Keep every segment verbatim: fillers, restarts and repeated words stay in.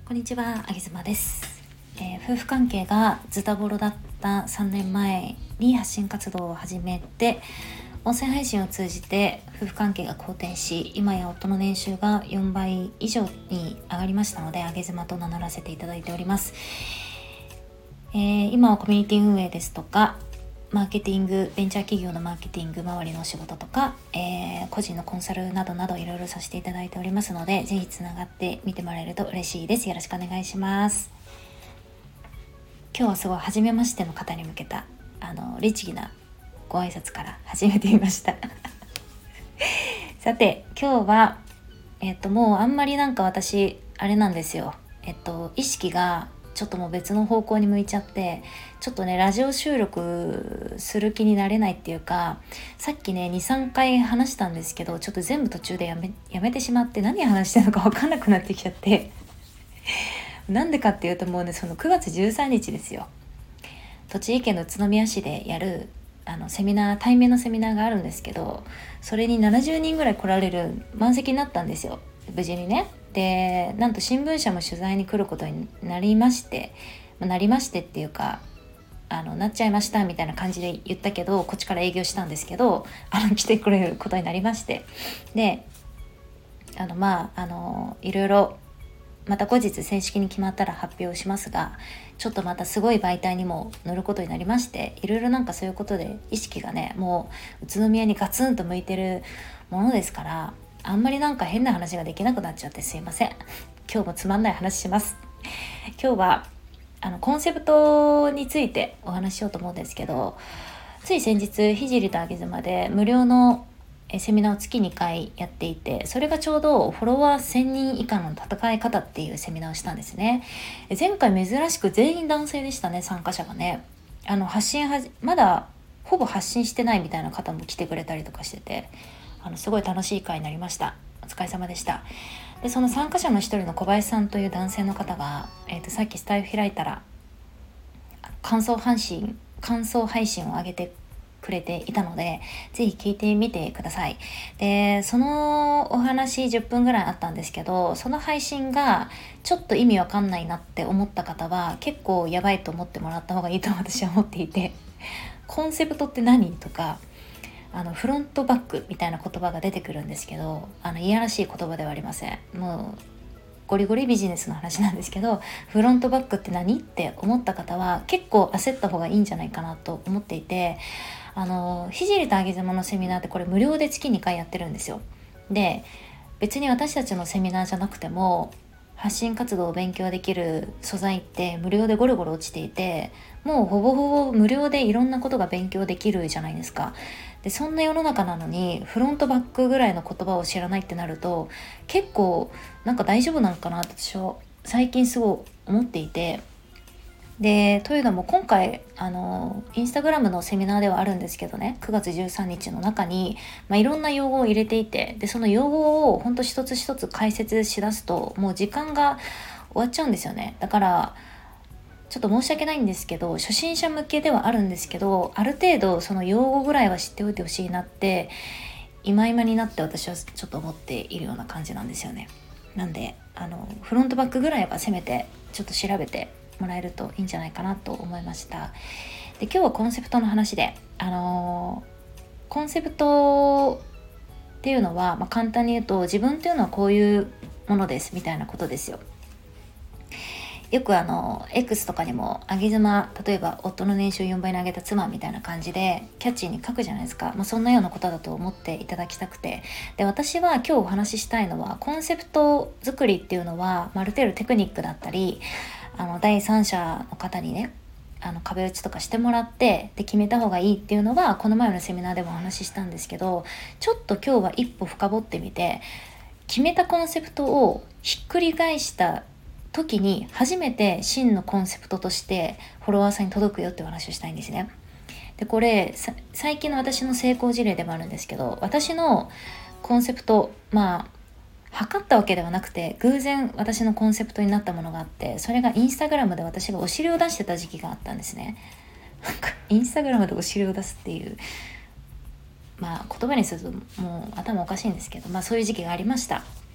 こんにちは、あげずまです、えー、夫婦関係がズタボロだったさんねんまえに発信活動を始めて、音声配信を通じて夫婦関係が好転し、今や夫の年収がよんばい以上に上がりましたので、あげずまと名乗らせていただいております。えー、今はコミュニティ運営ですとか、マーケティング、ベンチャー企業のマーケティング周りのお仕事とか、えー、個人のコンサルなどなどいろいろさせていただいておりますので、ぜひつながってみてもらえると嬉しいです。よろしくお願いします。今日はすごい初めましての方に向けたあの律儀なご挨拶から始めてみましたさて今日はえっともうあんまりなんか私あれなんですよ。えっと意識がちょっともう別の方向に向いちゃって、ちょっとねラジオ収録する気になれないっていうか、さっきね にさんかい話したんですけど、ちょっと全部途中でやめやめてしまって、何話してるのか分かんなくなってきちゃってなんでかっていうと、もうねそのくがつじゅうさんにちですよ。栃木県の宇都宮市でやるあのセミナー、対面のセミナーがあるんですけど、それにななじゅうにんぐらい来られる満席になったんですよ、無事にね。でなんと新聞社も取材に来ることになりまして、まあ、なりましてっていうかあのなっちゃいましたみたいな感じで言ったけど、こっちから営業したんですけど、あの来てくれることになりまして、であのまああのいろいろまた後日正式に決まったら発表しますが、ちょっとまたすごい媒体にも乗ることになりまして、いろいろなんかそういうことで意識がねもう宇都宮にガツンと向いてるものですから、あんまりなんか変な話ができなくなっちゃってすいません。今日もつまんない話します。今日はあのコンセプトについてお話ししようと思うんですけど、つい先日ひじりとあげずまで無料のセミナーを月にかいやっていて、それがちょうどフォロワーせんにん以下の戦い方っていうセミナーをしたんですね。前回珍しく全員男性でしたね、参加者がね。あの発信はまだほぼ発信してないみたいな方も来てくれたりとかしてて、あのすごい楽しい会になりました。お疲れ様でした。でその参加者の一人の小林さんという男性の方が、えーと、さっきスタイフ開いたら感想配信感想配信を上げてくれていたので、ぜひ聞いてみてください。でそのお話じゅっぷんぐらいあったんですけど、その配信がちょっと意味わかんないなって思った方は結構やばいと思ってもらった方がいいと私は思っていて、コンセプトって何とか、あのフロントバックみたいな言葉が出てくるんですけど、あのいやらしい言葉ではありません。もうゴリゴリビジネスの話なんですけど、フロントバックって何って思った方は結構焦った方がいいんじゃないかなと思っていて、あのひじりとあげずまのセミナーってこれ無料で月にかいやってるんですよ。で別に私たちのセミナーじゃなくても発信活動を勉強できる素材って無料でゴロゴロ落ちていて、もうほぼほぼ無料でいろんなことが勉強できるじゃないですか。でそんな世の中なのにフロントバックぐらいの言葉を知らないってなると、結構なんか大丈夫なのかなって私は最近すごい思っていて、でというのも今回あのインスタグラムのセミナーではあるんですけどね、くがつじゅうさんにちの中に、まあ、いろんな用語を入れていて、でその用語をほんと一つ一つ解説しだすともう時間が終わっちゃうんですよね。だからちょっと申し訳ないんですけど、初心者向けではあるんですけど、ある程度その用語ぐらいは知っておいてほしいなって今今になって私はちょっと思っているような感じなんですよね。なんであのフロントバックぐらいはせめてちょっと調べてもらえるといいんじゃないかなと思いました。で今日はコンセプトの話で、あのー、コンセプトっていうのは、まあ、簡単に言うと自分っていうのはこういうものですみたいなことですよ。よくあの X とかにもあげ妻、例えば夫の年収よんばいに上げた妻みたいな感じでキャッチーに書くじゃないですか。もうそんなようなことだと思っていただきたくて、で私は今日お話ししたいのは、コンセプト作りっていうのはある程度テクニックだったり、あの第三者の方にねあの壁打ちとかしてもらってで決めた方がいいっていうのはこの前のセミナーでもお話ししたんですけど、ちょっと今日は一歩深掘ってみて、決めたコンセプトをひっくり返した時に初めて真のコンセプトとしてフォロワーさんに届くよってお話をしたいんですね。でこれ最近の私の成功事例でもあるんですけど、私のコンセプト、まあ測ったわけではなくて偶然私のコンセプトになったものがあって、それがインスタグラムで私がお尻を出してた時期があったんですね。インスタグラムでお尻を出すっていう、まあ言葉にするともう頭おかしいんですけど、まあそういう時期がありました。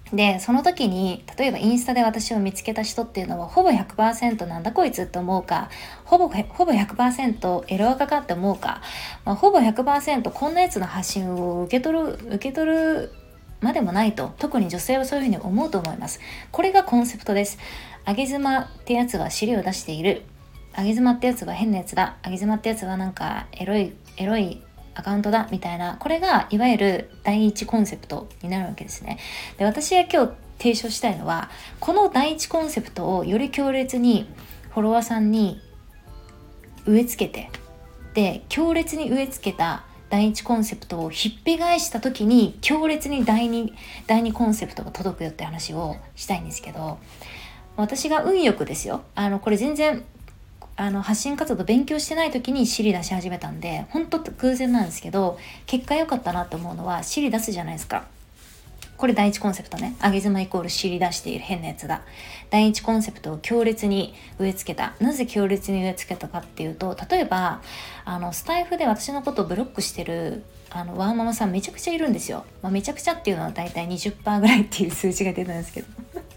でその時に例えばインスタで私を見つけた人っていうのはほぼ ひゃくパーセント なんだこいつって思うか、ほぼほぼ ひゃくパーセント エロアカかって思うか、まあ、ほぼ ひゃくパーセント こんなやつの発信を受け取る受け取るまでもないと、特に女性はそういうふうに思うと思います。これがコンセプトです。あげ妻ってやつは尻を出している、あげ妻ってやつは変なやつだ、あげ妻ってやつはなんかエロいエロいアカウントだみたいな、これがいわゆる第一コンセプトになるわけですね。で、私が今日提唱したいのは、この第一コンセプトをより強烈にフォロワーさんに植え付けて、で強烈に植え付けた第一コンセプトをひっぺ返した時に強烈に第二第二コンセプトが届くよって話をしたいんですけど、私が運よくですよ、あのこれ全然あの発信活動勉強してない時に尻出し始めたんで、本当偶然なんですけど、結果良かったなと思うのは、尻出すじゃないですか。これ第一コンセプトね。あげ妻イコール尻出している変なやつだ。第一コンセプトを強烈に植え付けた。なぜ強烈に植え付けたかっていうと、例えばあのスタイフで私のことをブロックしてるあのワーママさんめちゃくちゃいるんですよ。まあ、めちゃくちゃっていうのはだいたい にじゅっパーセント ぐらいっていう数字が出たんですけど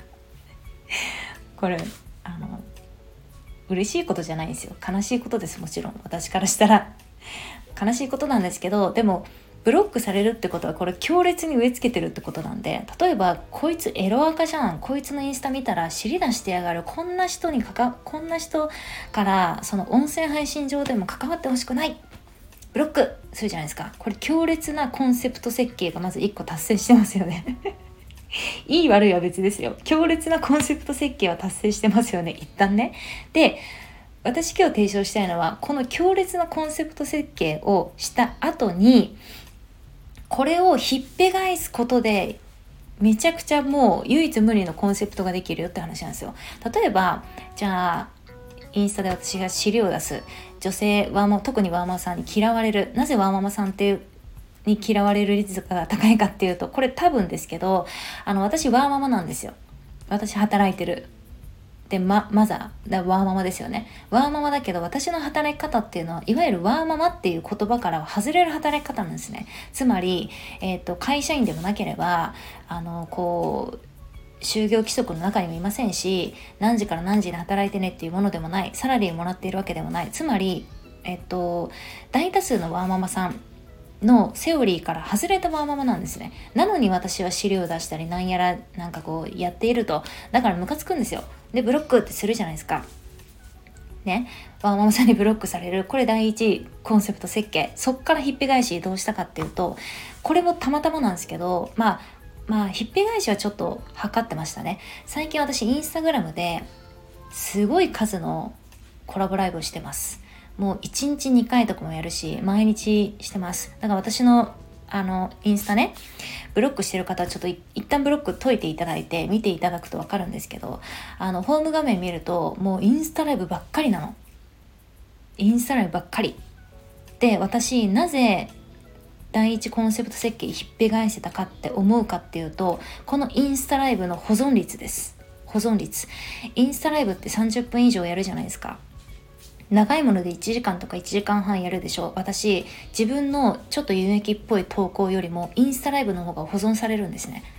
これあの嬉しいことじゃないんですよ。悲しいことです。もちろん私からしたら悲しいことなんですけど、でもブロックされるってことはこれ強烈に植え付けてるってことなんで、例えばこいつエロアカじゃん、こいつのインスタ見たら尻出してやがる、こんな人にかかこんな人からその音声配信上でも関わってほしくない、ブロックするじゃないですか。これ強烈なコンセプト設計がまずいっこ達成してますよねいい悪いは別ですよ。強烈なコンセプト設計は達成してますよね、一旦ね。で、私今日提唱したいのは、この強烈なコンセプト設計をした後に、これをひっぺ返すことでめちゃくちゃもう唯一無二のコンセプトができるよって話なんですよ。例えばじゃあインスタで私が尻を出す、女性ワーマ特にワーママさんに嫌われる、なぜワーママさんっていうに嫌われる率が高いかっていうと、これ多分ですけど、あの私ワーママなんですよ。私働いてるで、ま、マザーだ、ワーママですよね。ワーママだけど、私の働き方っていうのは、いわゆるワーママっていう言葉からは外れる働き方なんですね。つまり、えっと、会社員でもなければ、あの、こう、就業規則の中にもいませんし、何時から何時に働いてねっていうものでもない、サラリーをもらっているわけでもない。つまり、えっと、大多数のワーママさんのセオリーから外れたワーママなんですね。なのに私は資料を出したりなんやらなんかこうやっていると、だからムカつくんですよ。でブロックってするじゃないですかね。ワーママさんにブロックされる、これ第一コンセプト設計。そっからひっぺ返しどうしたかっていうと、これもたまたまなんですけど、まあまあひっぺ返しはちょっと測ってましたね。最近私インスタグラムですごい数のコラボライブをしてます。もういちにちにかいとかもやるし、毎日してます。だから私のあのインスタね、ブロックしてる方はちょっと一旦ブロック解いていただいて見ていただくと分かるんですけど、あのホーム画面見るともうインスタライブばっかりなの。インスタライブばっかりで、私なぜ第一コンセプト設計ひっぺ返せたかって思うかっていうと、このインスタライブの保存率です。保存率。インスタライブってさんじゅっぷん以上やるじゃないですか。長いものでいちじかんとかいちじかんはんやるでしょ。私自分のちょっと有益っぽい投稿よりもインスタライブの方が保存されるんですね。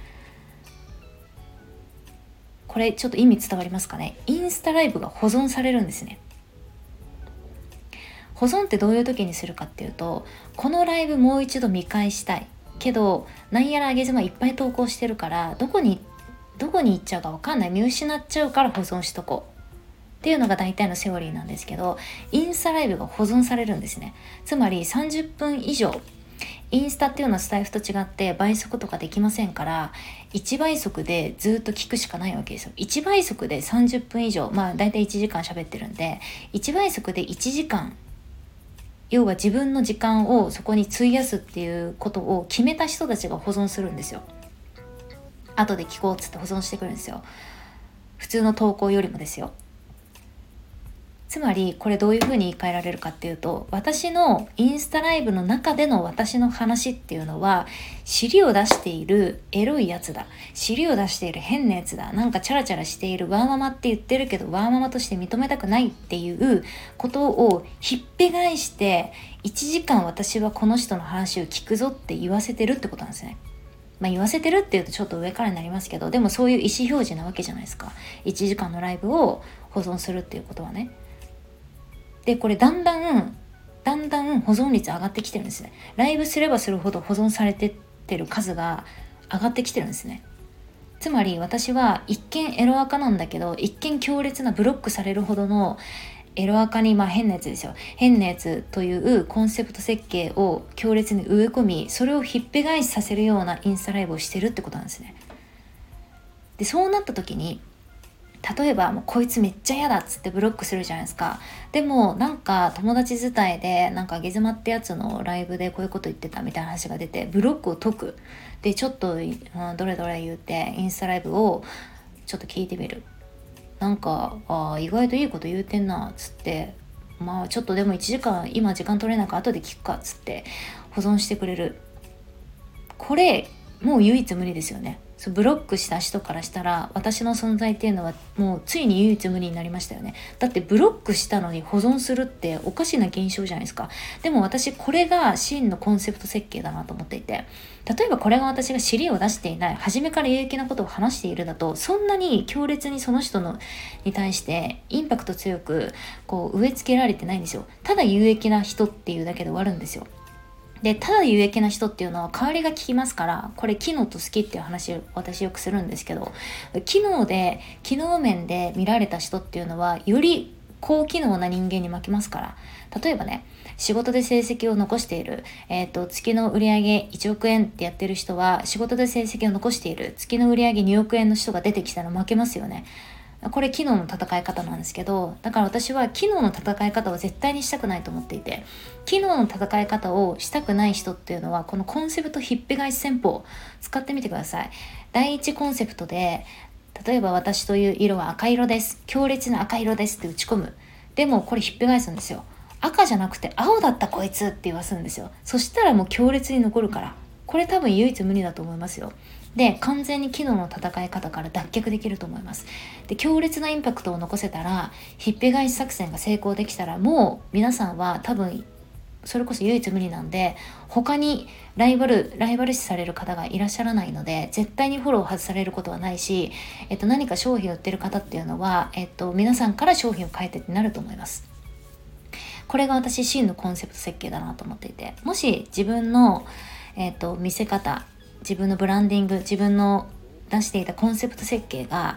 これちょっと意味伝わりますかね。インスタライブが保存されるんですね。保存ってどういう時にするかっていうと、このライブもう一度見返したいけどなんやらあげ妻いっぱい投稿してるからどこにどこに行っちゃうか分かんない、見失っちゃうから保存しとこうっていうのが大体のセオリーなんですけど、インスタライブが保存されるんですね。つまりさんじゅっぷん以上、インスタっていうのはスタイフと違って倍速とかできませんから、いちばい速でずっと聞くしかないわけですよ。いちばい速でさんじゅっぷん以上、まあ大体いちじかん喋ってるんで、いちばい速でいちじかん、要は自分の時間をそこに費やすっていうことを決めた人たちが保存するんですよ。後で聞こうっつって保存してくるんですよ。普通の投稿よりもですよ。つまりこれどういうふうに言い換えられるかっていうと、私のインスタライブの中での私の話っていうのは、尻を出しているエロいやつだ、尻を出している変なやつだ、なんかチャラチャラしているワーママって言ってるけどワーママとして認めたくないっていうことをひっぺ返して、いちじかん私はこの人の話を聞くぞって言わせてるってことなんですね。 まあ言わせてるっていうとちょっと上からになりますけど、でもそういう意思表示なわけじゃないですか。いちじかんのライブを保存するっていうことはね。でこれだんだんだんだん保存率上がってきてるんですね。ライブすればするほど保存されてってる数が上がってきてるんですね。つまり私は一見エロアカなんだけど、一見強烈なブロックされるほどのエロアカに、まあ変なやつですよ。変なやつというコンセプト設計を強烈に植え込み、それをひっぺ返しさせるようなインスタライブをしてるってことなんですね。で、そうなった時に、例えばもうこいつめっちゃ嫌だっつってブロックするじゃないですか。でもなんか友達伝いでなんかゲズマってやつのライブでこういうこと言ってたみたいな話が出て、ブロックを解く。でちょっと、うん、どれどれ言ってインスタライブをちょっと聞いてみる。なんかあ意外といいこと言うてんなっつって、まあちょっとでもいちじかん今時間取れないから後で聞くかっつって保存してくれる。これもう唯一無二ですよね。そうブロックした人からしたら私の存在っていうのはもうついに唯一無二になりましたよね。だってブロックしたのに保存するっておかしな現象じゃないですか。でも私これが真のコンセプト設計だなと思っていて、例えばこれが私が尻を出していない、初めから有益なことを話しているだと、そんなに強烈にその人のに対してインパクト強くこう植え付けられてないんですよ。ただ有益な人っていうだけで終わるんですよ。でただ有益な人っていうのは代わりが効きますから、これ機能と好きっていう話を私よくするんですけど、機能で機能面で見られた人っていうのはより高機能な人間に負けますから。例えばね、仕事で成績を残している、えーと、月の売上いちおくえんってやってる人は仕事で成績を残している月の売上におくえんの人が出てきたら負けますよね。これ機能の戦い方なんですけど、だから私は機能の戦い方を絶対にしたくないと思っていて、機能の戦い方をしたくない人っていうのはこのコンセプトひっぺ返し戦法使ってみてください。第一コンセプトで、例えば私という色は赤色です、強烈な赤色ですって打ち込む。でもこれひっぺ返すんですよ。赤じゃなくて青だったこいつって言わすんですよ。そしたらもう強烈に残るから。これ多分唯一無二だと思いますよ。で完全に機能の戦い方から脱却できると思います。で強烈なインパクトを残せたら、ひっぺ返し作戦が成功できたら、もう皆さんは多分それこそ唯一無二なんで、他にライバルライバル視される方がいらっしゃらないので、絶対にフォロー外されることはないし、えっと、何か商品を売ってる方っていうのは、えっと、皆さんから商品を変えてってなると思います。これが私真のコンセプト設計だなと思っていて、もし自分の、えっと、見せ方、自分のブランディング、自分の出していたコンセプト設計が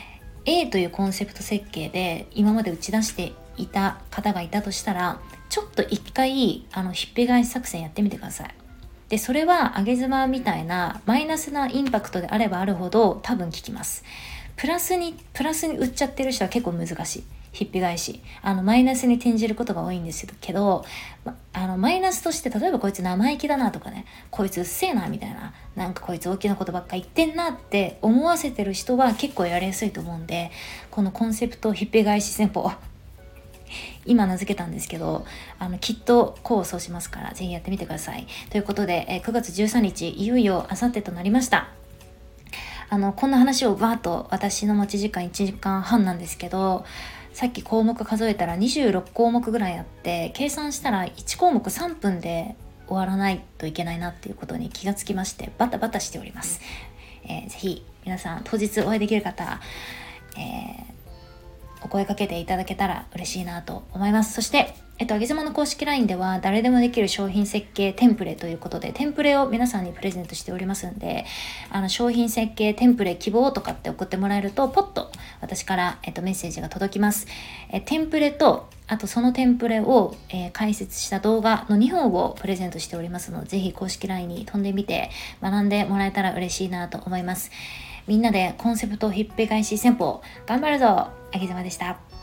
A というコンセプト設計で今まで打ち出していた方がいたとしたら、ちょっと一回あのひっぺ返し作戦やってみてください。でそれは上げ妻みたいなマイナスなインパクトであればあるほど多分効きます。プラスにプラスに売っちゃってる人は結構難しい。ひっぺ返しあのマイナスに転じることが多いんですけど、ま、あのマイナスとして、例えばこいつ生意気だなとかね、こいつうっせえなみたいな、なんかこいつ大きなことばっか言ってんなって思わせてる人は結構やりやすいと思うんで、このコンセプトひっぺ返し戦法、今名付けたんですけど、あのきっと功を奏しますから、ぜひやってみてください。ということで、えくがつじゅうさんにちいよいよあさってとなりました。あのこんな話をバーッと、私の持ち時間いちじかんはんなんですけど、さっき項目数えたらにじゅうろくこうもくぐらいあって、計算したらいちこうもくさんぷんで終わらないといけないなっていうことに気がつきまして、バタバタしております。えー、ぜひ皆さん当日お会いできる方、えーお声かけていただけたら嬉しいなと思います。そして、えっと、あげずまの公式 ライン では誰でもできる商品設計テンプレということで、テンプレを皆さんにプレゼントしておりますんで、あの商品設計テンプレ希望とかって送ってもらえると、ポッと私から、えっと、メッセージが届きます。えテンプレと、あとそのテンプレを、えー、解説した動画のにほんをプレゼントしておりますので、ぜひ公式 ライン に飛んでみて学んでもらえたら嬉しいなと思います。みんなでコンセプトひっぺ返し戦法頑張るぞ。あげずまでした。